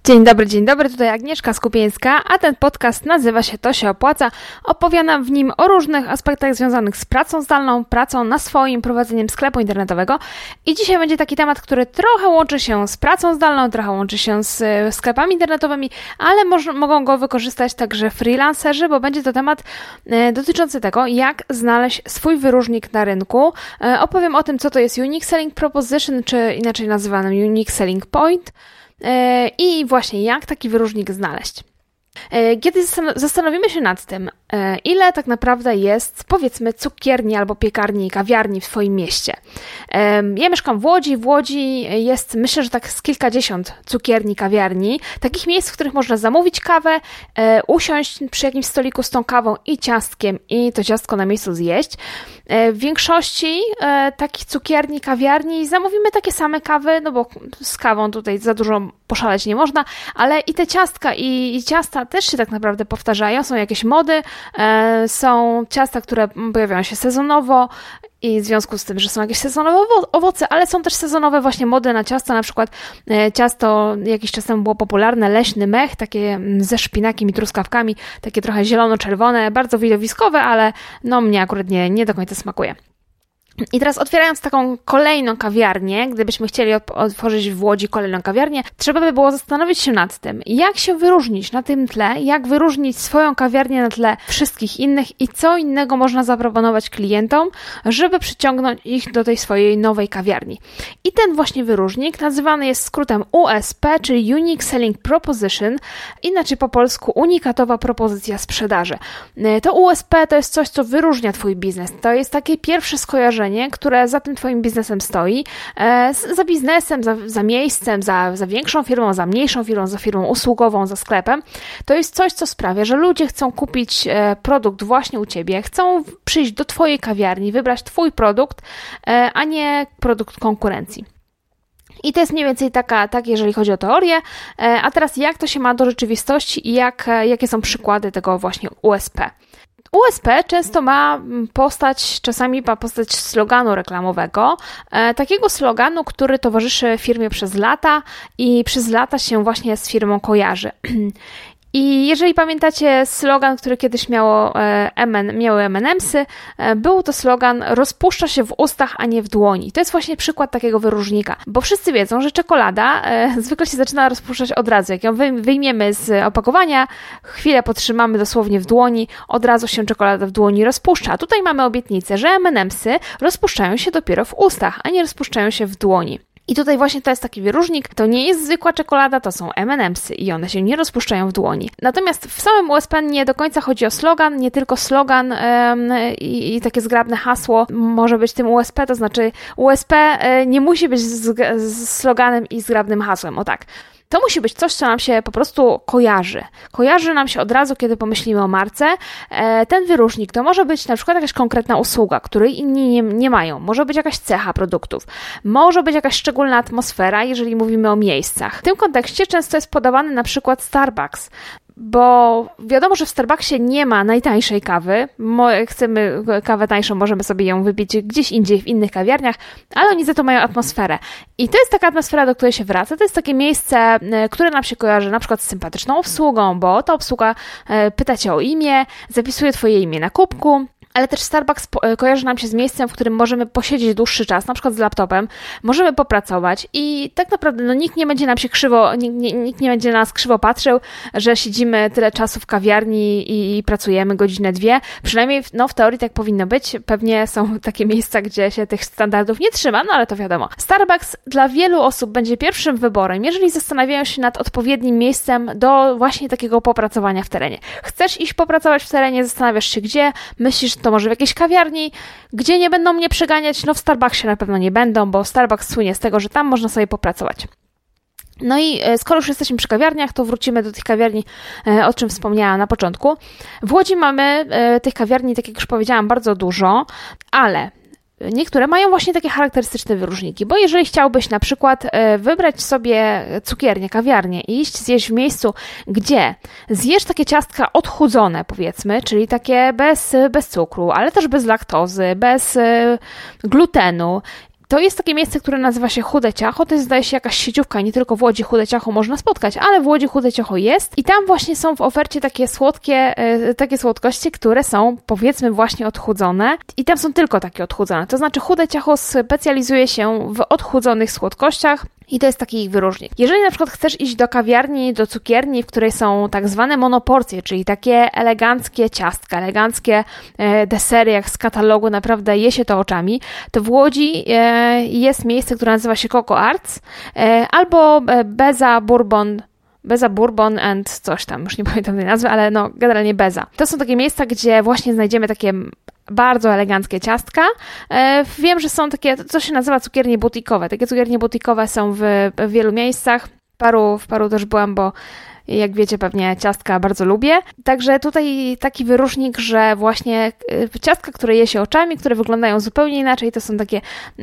Dzień dobry, tutaj Agnieszka Skupieńska, a ten podcast nazywa się To się opłaca. Opowiadam w nim o różnych aspektach związanych z pracą zdalną, pracą na swoim, prowadzeniem sklepu internetowego i dzisiaj będzie taki temat, który trochę łączy się z pracą zdalną, trochę łączy się z sklepami internetowymi, ale mogą go wykorzystać także freelancerzy, bo będzie to temat dotyczący tego, jak znaleźć swój wyróżnik na rynku. Opowiem o tym, co to jest Unique Selling Proposition, czy inaczej nazywanym Unique Selling Point. I właśnie jak taki wyróżnik znaleźć. Kiedy zastanowimy się nad tym, ile tak naprawdę jest, powiedzmy, cukierni albo piekarni, kawiarni w swoim mieście. Ja mieszkam w Łodzi. W Łodzi jest, myślę, że tak z kilkadziesiąt cukierni, kawiarni, takich miejsc, w których można zamówić kawę, usiąść przy jakimś stoliku z tą kawą i ciastkiem i to ciastko na miejscu zjeść. W większości takich cukierni, kawiarni zamówimy takie same kawy, no bo z kawą tutaj za dużo poszaleć nie można, ale i te ciastka i ciasta też się tak naprawdę powtarzają, są jakieś mody, są ciasta, które pojawiają się sezonowo i w związku z tym, że są jakieś sezonowe owoce, ale są też sezonowe właśnie mody na ciasto, na przykład ciasto jakiś czas temu było popularne, leśny mech, takie ze szpinakiem i truskawkami, takie trochę zielono-czerwone, bardzo widowiskowe, ale no mnie akurat nie do końca smakuje. I teraz otwierając taką kolejną kawiarnię, gdybyśmy chcieli otworzyć w Łodzi kolejną kawiarnię, trzeba by było zastanowić się nad tym, jak się wyróżnić na tym tle, jak wyróżnić swoją kawiarnię na tle wszystkich innych i co innego można zaproponować klientom, żeby przyciągnąć ich do tej swojej nowej kawiarni. I ten właśnie wyróżnik nazywany jest skrótem USP, czyli Unique Selling Proposition, inaczej po polsku unikatowa propozycja sprzedaży. To USP to jest coś, co wyróżnia Twój biznes. To jest takie pierwsze skojarzenie, które za tym Twoim biznesem stoi, za biznesem, za miejscem, za większą firmą, za mniejszą firmą, za firmą usługową, za sklepem. To jest coś, co sprawia, że ludzie chcą kupić produkt właśnie u Ciebie, chcą przyjść do Twojej kawiarni, wybrać Twój produkt, a nie produkt konkurencji. I to jest mniej więcej tak, jeżeli chodzi o teorię. A teraz jak to się ma do rzeczywistości i jakie są przykłady tego właśnie USP? USP często ma czasami ma postać sloganu reklamowego, takiego sloganu, który towarzyszy firmie przez lata i przez lata się właśnie z firmą kojarzy. I jeżeli pamiętacie slogan, który kiedyś miały M&M'sy, był to slogan rozpuszcza się w ustach, a nie w dłoni. To jest właśnie przykład takiego wyróżnika, bo wszyscy wiedzą, że czekolada zwykle się zaczyna rozpuszczać od razu. Jak ją wyjmiemy z opakowania, chwilę potrzymamy dosłownie w dłoni, od razu się czekolada w dłoni rozpuszcza. A tutaj mamy obietnicę, że M&M'sy rozpuszczają się dopiero w ustach, a nie rozpuszczają się w dłoni. I tutaj właśnie to jest taki wyróżnik, to nie jest zwykła czekolada, to są M&M'sy i one się nie rozpuszczają w dłoni. Natomiast w samym USP nie do końca chodzi o slogan, nie tylko slogan i takie zgrabne hasło może być tym USP, to znaczy USP nie musi być z sloganem i zgrabnym hasłem, o tak. To musi być coś, co nam się po prostu kojarzy. Kojarzy nam się od razu, kiedy pomyślimy o marce. Ten wyróżnik to może być na przykład jakaś konkretna usługa, której inni nie mają. Może być jakaś cecha produktów. Może być jakaś szczególna atmosfera, jeżeli mówimy o miejscach. W tym kontekście często jest podawany na przykład Starbucks, bo wiadomo, że w Starbucksie nie ma najtańszej kawy. Jak chcemy kawę tańszą, możemy sobie ją wypić gdzieś indziej, w innych kawiarniach, ale oni za to mają atmosferę. I to jest taka atmosfera, do której się wraca. To jest takie miejsce, które nam się kojarzy na przykład z sympatyczną obsługą, bo ta obsługa pyta Cię o imię, zapisuje Twoje imię na kubku. Ale też Starbucks kojarzy nam się z miejscem, w którym możemy posiedzieć dłuższy czas, na przykład z laptopem, możemy popracować i tak naprawdę nikt nie będzie nikt nie będzie na nas krzywo patrzył, że siedzimy tyle czasu w kawiarni i pracujemy godzinę, dwie. Przynajmniej w teorii tak powinno być. Pewnie są takie miejsca, gdzie się tych standardów nie trzyma, no ale to wiadomo. Starbucks dla wielu osób będzie pierwszym wyborem, jeżeli zastanawiają się nad odpowiednim miejscem do właśnie takiego popracowania w terenie. Chcesz iść popracować w terenie, zastanawiasz się gdzie, myślisz, to może w jakiejś kawiarni, gdzie nie będą mnie przeganiać, no w Starbucksie na pewno nie będą, bo Starbucks słynie z tego, że tam można sobie popracować. No i skoro już jesteśmy przy kawiarniach, to wrócimy do tych kawiarni, o czym wspomniałam na początku. W Łodzi mamy tych kawiarni, tak jak już powiedziałam, bardzo dużo, ale niektóre mają właśnie takie charakterystyczne wyróżniki, bo jeżeli chciałbyś na przykład wybrać sobie cukiernię, kawiarnię i iść zjeść w miejscu, gdzie zjesz takie ciastka odchudzone, powiedzmy, czyli takie bez cukru, ale też bez laktozy, bez glutenu, To jest takie miejsce, które nazywa się Chude Ciacho. To jest, zdaje się, jakaś sieciówka. Nie tylko w Łodzi Chude Ciacho można spotkać, ale w Łodzi Chude Ciacho jest. I tam właśnie są w ofercie takie słodkości, które są, powiedzmy, właśnie odchudzone. I tam są tylko takie odchudzone. To znaczy Chude Ciacho specjalizuje się w odchudzonych słodkościach. I to jest taki ich wyróżnik. Jeżeli na przykład chcesz iść do kawiarni, do cukierni, w której są tak zwane monoporcje, czyli takie eleganckie ciastka, eleganckie desery, jak z katalogu, naprawdę je się to oczami, to w Łodzi jest miejsce, które nazywa się Coco Arts albo Beza Bourbon and coś tam, już nie pamiętam tej nazwy, ale no generalnie Beza. To są takie miejsca, gdzie właśnie znajdziemy takie bardzo eleganckie ciastka. Wiem, że są takie, co się nazywa cukiernie butikowe. Takie cukiernie butikowe są w wielu miejscach. W paru też byłam, bo jak wiecie, pewnie ciastka bardzo lubię. Także tutaj taki wyróżnik, że właśnie ciastka, które je się oczami, które wyglądają zupełnie inaczej, to są takie,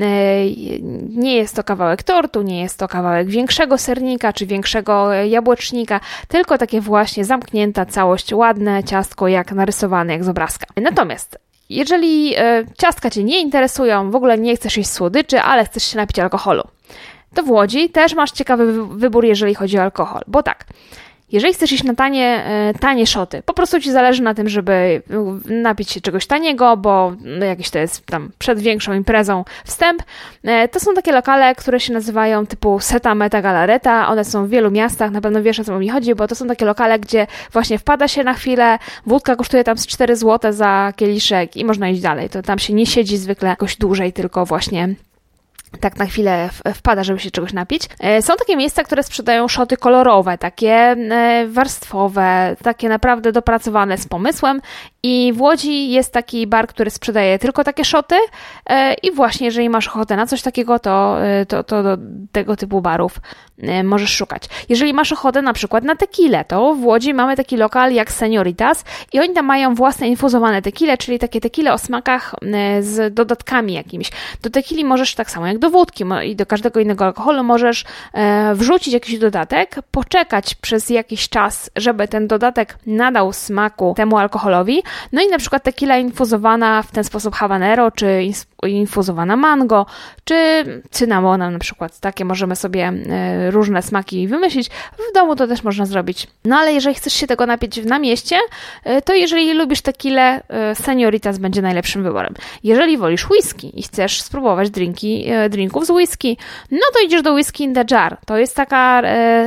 nie jest to kawałek tortu, nie jest to kawałek większego sernika czy większego jabłecznika, tylko takie właśnie zamknięta całość, ładne ciastko, jak narysowane, jak z obrazka. Natomiast jeżeli ciastka Cię nie interesują, w ogóle nie chcesz jeść słodyczy, ale chcesz się napić alkoholu, to w Łodzi też masz ciekawy wybór, jeżeli chodzi o alkohol. Bo tak, jeżeli chcesz iść na tanie szoty, po prostu Ci zależy na tym, żeby napić się czegoś taniego, bo jakiś to jest tam przed większą imprezą wstęp, to są takie lokale, które się nazywają typu Seta, Meta, Galareta. One są w wielu miastach, na pewno wiesz, o co mi chodzi, bo to są takie lokale, gdzie właśnie wpada się na chwilę, wódka kosztuje tam z 4 zł za kieliszek i można iść dalej. To tam się nie siedzi zwykle jakoś dłużej, tylko właśnie tak na chwilę wpada, żeby się czegoś napić. Są takie miejsca, które sprzedają szoty kolorowe, takie warstwowe, takie naprawdę dopracowane z pomysłem i w Łodzi jest taki bar, który sprzedaje tylko takie szoty i właśnie jeżeli masz ochotę na coś takiego, to do tego typu barów możesz szukać. Jeżeli masz ochotę na przykład na tequilę, to w Łodzi mamy taki lokal jak Senioritas i oni tam mają własne infuzowane tequile, czyli takie tequile o smakach z dodatkami jakimiś. Do tequili możesz tak samo jak do wódki i do każdego innego alkoholu możesz wrzucić jakiś dodatek, poczekać przez jakiś czas, żeby ten dodatek nadał smaku temu alkoholowi, no i na przykład tequila infuzowana w ten sposób habanero, czy infuzowana mango, czy cynamona na przykład. Takie możemy sobie różne smaki wymyślić. W domu to też można zrobić. No ale jeżeli chcesz się tego napić na mieście, to jeżeli lubisz tequilę, Senioritas będzie najlepszym wyborem. Jeżeli wolisz whisky i chcesz spróbować drinków z whisky, no to idziesz do Whisky in the Jar. To jest taka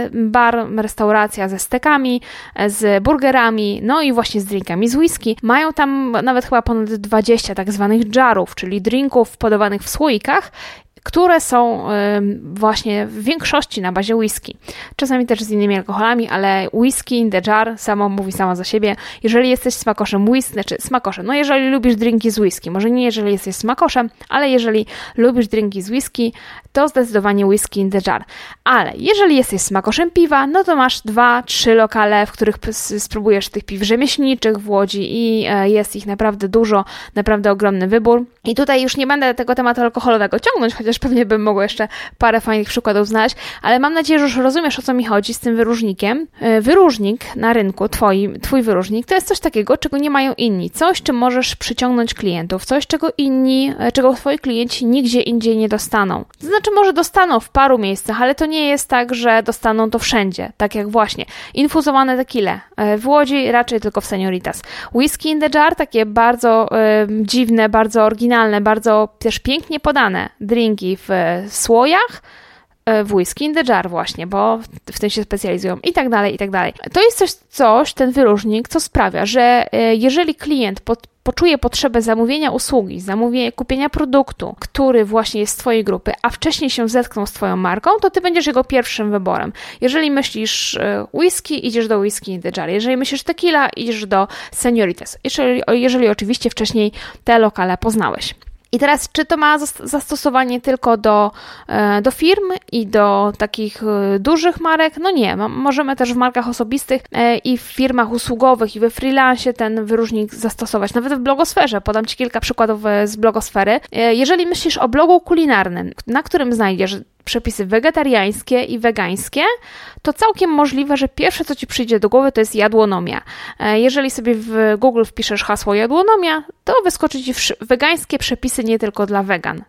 restauracja ze stekami, z burgerami, no i właśnie z drinkami z whisky. Mają tam nawet chyba ponad 20 tak zwanych jarów, czyli drinków podawanych w słoikach, które są właśnie w większości na bazie whisky. Czasami też z innymi alkoholami, ale whisky in the jar mówi sama za siebie. Jeżeli jesteś smakoszem no jeżeli lubisz drinki z whisky, może nie jeżeli jesteś smakoszem, ale jeżeli lubisz drinki z whisky, to zdecydowanie whisky in the jar. Ale jeżeli jesteś smakoszem piwa, no to masz 2-3 lokale, w których spróbujesz tych piw rzemieślniczych w Łodzi i jest ich naprawdę dużo, naprawdę ogromny wybór. I tutaj już nie będę tego tematu alkoholowego ciągnąć, chociaż pewnie bym mogła jeszcze parę fajnych przykładów znaleźć, ale mam nadzieję, że już rozumiesz, o co mi chodzi z tym wyróżnikiem. Wyróżnik na rynku, twój wyróżnik, to jest coś takiego, czego nie mają inni. Coś, czym możesz przyciągnąć klientów. Coś, czego twoi klienci nigdzie indziej nie dostaną. To znaczy, może dostaną w paru miejscach, ale to nie jest tak, że dostaną to wszędzie. Tak jak właśnie infuzowane tequile. W Łodzi raczej tylko w Senioritas. Whisky in the jar, takie bardzo dziwne, bardzo oryginalne, bardzo też pięknie podane drinki w słojach, w whisky in the jar właśnie, bo w tym się specjalizują i tak dalej, i tak dalej. To jest ten wyróżnik, co sprawia, że jeżeli klient poczuje potrzebę zamówienia usługi, kupienia produktu, który właśnie jest z twojej grupy, a wcześniej się zetknął z twoją marką, to ty będziesz jego pierwszym wyborem. Jeżeli myślisz whisky, idziesz do whisky in the jar. Jeżeli myślisz tequila, idziesz do Senioritas. Jeżeli oczywiście wcześniej te lokale poznałeś. I teraz, czy to ma zastosowanie tylko do firm i do takich dużych marek? No nie, możemy też w markach osobistych i w firmach usługowych i we freelancie ten wyróżnik zastosować, nawet w blogosferze. Podam Ci kilka przykładów z blogosfery. Jeżeli myślisz o blogu kulinarnym, na którym znajdziesz przepisy wegetariańskie i wegańskie, to całkiem możliwe, że pierwsze, co ci przyjdzie do głowy, to jest jadłonomia. Jeżeli sobie w Google wpiszesz hasło jadłonomia, to wyskoczy ci wegańskie przepisy nie tylko dla wegan.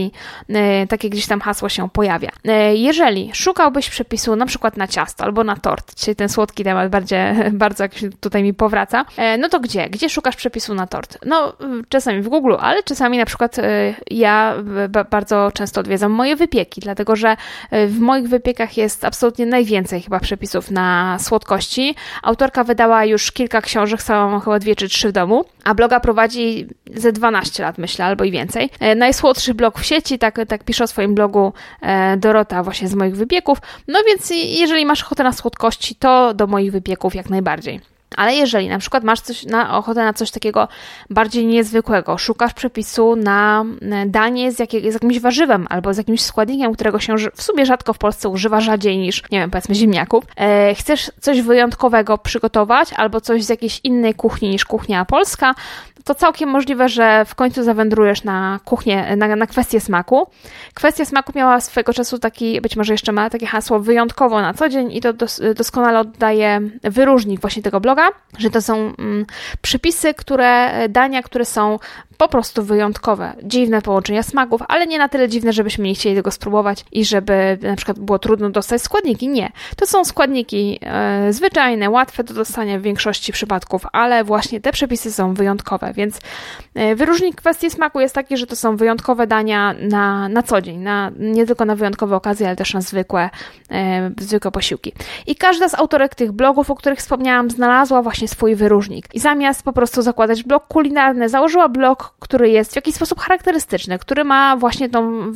Takie gdzieś tam hasło się pojawia. Jeżeli szukałbyś przepisu na przykład na ciasto albo na tort, dzisiaj ten słodki temat bardzo jakoś tutaj mi powraca, no to gdzie szukasz przepisu na tort? No czasami w Google, ale czasami na przykład ja bardzo często odwiedzam moje wypieki, dlatego że w moich wypiekach jest absolutnie najwięcej chyba przepisów na słodkości. Autorka wydała już kilka książek, mam chyba 2 czy 3 w domu, a bloga prowadzi ze 12 lat, myślę, albo i więcej. Najsłodszy blog w sieci, tak pisze o swoim blogu Dorota właśnie z moich wypieków. No więc jeżeli masz ochotę na słodkości, to do moich wypieków jak najbardziej. Ale jeżeli na przykład masz ochotę na coś takiego bardziej niezwykłego, szukasz przepisu na danie z jakimś warzywem albo z jakimś składnikiem, którego się w sumie rzadko w Polsce używa, rzadziej niż, nie wiem, powiedzmy ziemniaków, chcesz coś wyjątkowego przygotować albo coś z jakiejś innej kuchni niż kuchnia polska, to całkiem możliwe, że w końcu zawędrujesz na kuchnię, na kwestię smaku. Kwestia smaku miała swego czasu być może jeszcze ma takie hasło wyjątkowo na co dzień i to doskonale oddaje wyróżnik właśnie tego bloga, że to są przepisy, dania, które są po prostu wyjątkowe. Dziwne połączenia smaków, ale nie na tyle dziwne, żebyśmy nie chcieli tego spróbować i żeby na przykład było trudno dostać składniki. Nie. To są składniki zwyczajne, łatwe do dostania w większości przypadków, ale właśnie te przepisy są wyjątkowe, więc wyróżnik kwestii smaku jest taki, że to są wyjątkowe dania na co dzień, nie tylko na wyjątkowe okazje, ale też na zwykłe posiłki. I każda z autorek tych blogów, o których wspomniałam, znalazła właśnie swój wyróżnik. I zamiast po prostu zakładać blog kulinarny, założyła blog, który jest w jakiś sposób charakterystyczny, który ma właśnie tą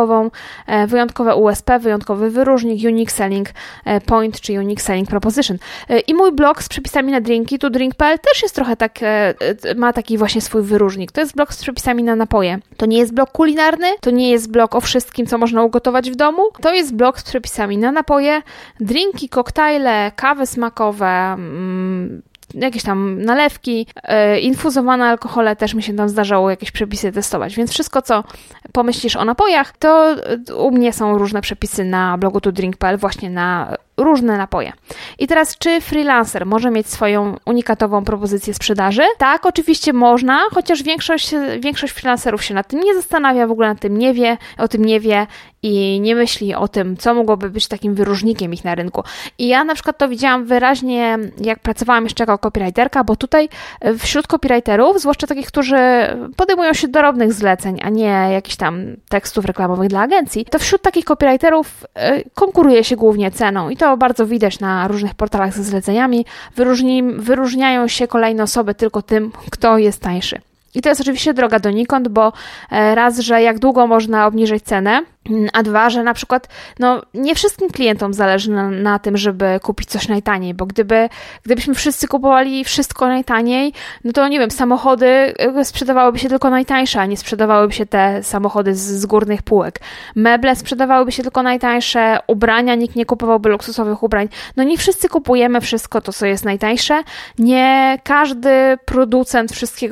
wyjątkowe USP, wyjątkowy wyróżnik, Unique Selling Point, czy Unique Selling Proposition. I mój blog z przepisami na drinki, tudrink.pl też jest trochę ma taki właśnie swój wyróżnik. To jest blog z przepisami na napoje. To nie jest blog kulinarny, to nie jest blog o wszystkim, co można ugotować w domu. To jest blog z przepisami na napoje, drinki, koktajle, kawy smakowe, jakieś tam nalewki, infuzowane alkohole, też mi się tam zdarzało jakieś przepisy testować, więc wszystko, co pomyślisz o napojach, to u mnie są różne przepisy na blogu tudrink.pl właśnie na różne napoje. I teraz, czy freelancer może mieć swoją unikatową propozycję sprzedaży? Tak, oczywiście można, chociaż większość freelancerów się nad tym nie zastanawia, w ogóle o tym nie wie i nie myśli o tym, co mogłoby być takim wyróżnikiem ich na rynku. I ja na przykład to widziałam wyraźnie, jak pracowałam jeszcze jako copywriterka, bo tutaj wśród copywriterów, zwłaszcza takich, którzy podejmują się dorobnych zleceń, a nie jakichś tam tekstów reklamowych dla agencji, to wśród takich copywriterów konkuruje się głównie ceną i to bardzo widać na różnych portalach ze zleceniami. Wyróżniają się kolejne osoby tylko tym, kto jest tańszy. I to jest oczywiście droga donikąd, bo raz, że jak długo można obniżyć cenę, a dwa, że na przykład nie wszystkim klientom zależy na tym, żeby kupić coś najtaniej, bo gdybyśmy wszyscy kupowali wszystko najtaniej, no to nie wiem, samochody sprzedawałyby się tylko najtańsze, a nie sprzedawałyby się te samochody z górnych półek. Meble sprzedawałyby się tylko najtańsze, ubrania, nikt nie kupowałby luksusowych ubrań. No nie wszyscy kupujemy wszystko to, co jest najtańsze. Nie każdy producent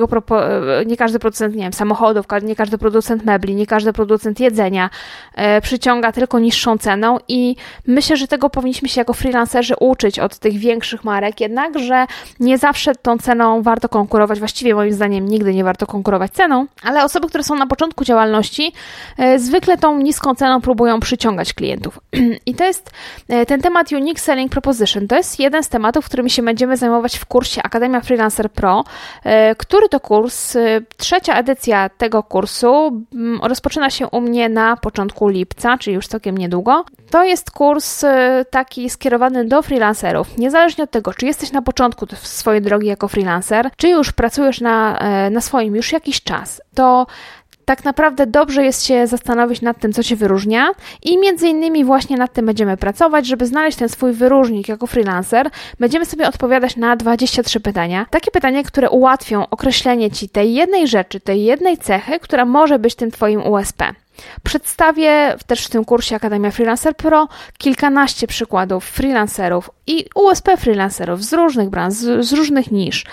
nie każdy producent, nie wiem, samochodów, nie każdy producent mebli, nie każdy producent jedzenia przyciąga tylko niższą ceną i myślę, że tego powinniśmy się jako freelancerzy uczyć od tych większych marek, jednak, że nie zawsze tą ceną warto konkurować, właściwie moim zdaniem nigdy nie warto konkurować ceną, ale osoby, które są na początku działalności, zwykle tą niską ceną próbują przyciągać klientów. I to jest ten temat Unique Selling Proposition, to jest jeden z tematów, którymi się będziemy zajmować w kursie Akademia Freelancer Pro, który to kurs, 3. edycja tego kursu rozpoczyna się u mnie na początku lipca, czyli już całkiem niedługo. To jest kurs taki skierowany do freelancerów. Niezależnie od tego, czy jesteś na początku swojej drogi jako freelancer, czy już pracujesz na swoim już jakiś czas, to tak naprawdę dobrze jest się zastanowić nad tym, co Cię wyróżnia i między innymi właśnie nad tym będziemy pracować, żeby znaleźć ten swój wyróżnik jako freelancer. Będziemy sobie odpowiadać na 23 pytania. Takie pytania, które ułatwią określenie Ci tej jednej rzeczy, tej jednej cechy, która może być tym Twoim USP. Przedstawię też w tym kursie Akademia Freelancer Pro kilkanaście przykładów freelancerów i USP freelancerów z różnych branż, z różnych nisz,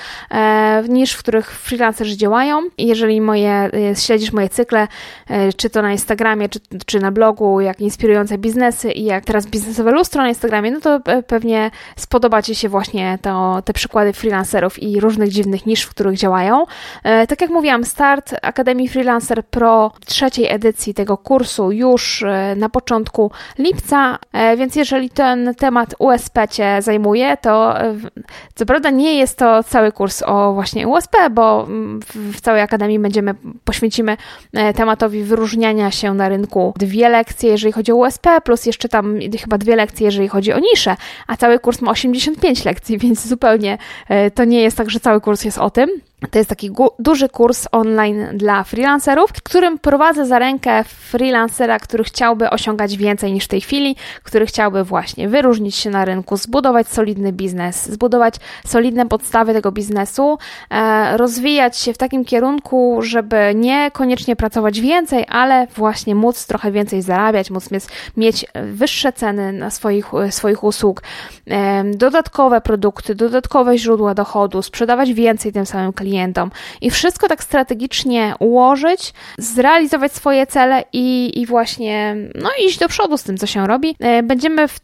w których freelancerzy działają. I jeżeli śledzisz moje cykle, czy to na Instagramie, czy na blogu, jak inspirujące biznesy i jak teraz biznesowe lustro na Instagramie, no to pewnie spodoba Ci się właśnie te przykłady freelancerów i różnych dziwnych nisz, w których działają. Tak jak mówiłam, start Akademii Freelancer Pro 3. edycji tego kursu już na początku lipca, więc jeżeli ten temat USP Cię zajmuje, to co prawda nie jest to cały kurs o właśnie USP, bo w całej Akademii poświęcimy tematowi wyróżniania się na rynku 2 lekcje, jeżeli chodzi o USP, plus jeszcze tam chyba 2 lekcje, jeżeli chodzi o niszę, a cały kurs ma 85 lekcji, więc zupełnie to nie jest tak, że cały kurs jest o tym. To jest taki duży kurs online dla freelancerów, w którym prowadzę za rękę freelancera, który chciałby osiągać więcej niż w tej chwili, który chciałby właśnie wyróżnić się na rynku, zbudować solidny biznes, zbudować solidne podstawy tego biznesu, rozwijać się w takim kierunku, żeby nie koniecznie pracować więcej, ale właśnie móc trochę więcej zarabiać, móc mieć wyższe ceny na swoich usług, dodatkowe produkty, dodatkowe źródła dochodu, sprzedawać więcej tym samym klientom i wszystko tak strategicznie ułożyć, zrealizować swoje cele i właśnie iść do przodu z tym, co się robi. Będziemy w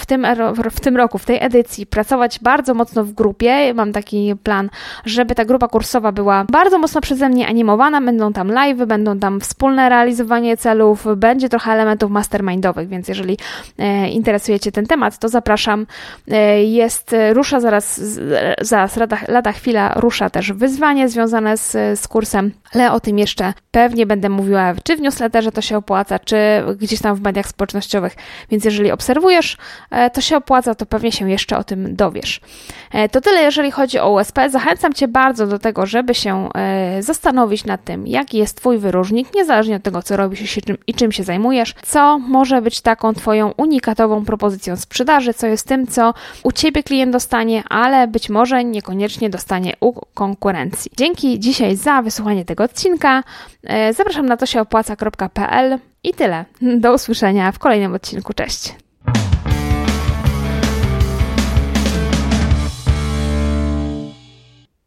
tym roku, w tej edycji pracować bardzo mocno w grupie. Mam taki plan, żeby ta grupa kursowa była bardzo mocno przeze mnie animowana. Będą tam live'y, będą tam wspólne realizowanie celów, będzie trochę elementów mastermindowych, więc jeżeli interesuje Cię ten temat, to zapraszam. Rusza zaraz lada chwila, rusza też wyzwanie związane z kursem, ale o tym jeszcze pewnie będę mówiła, czy w newsletterze to się opłaca, czy gdzieś tam w mediach społecznościowych, więc jeżeli obserwujesz, to się opłaca, to pewnie się jeszcze o tym dowiesz. To tyle, jeżeli chodzi o USP. Zachęcam Cię bardzo do tego, żeby się zastanowić nad tym, jaki jest Twój wyróżnik, niezależnie od tego, co robisz i czym się zajmujesz, co może być taką Twoją unikatową propozycją sprzedaży, co jest tym, co u Ciebie klient dostanie, ale być może niekoniecznie dostanie u konkurencji. Dzięki dzisiaj za wysłuchanie tego odcinka. Zapraszam na tosieopłaca.pl i tyle. Do usłyszenia w kolejnym odcinku. Cześć!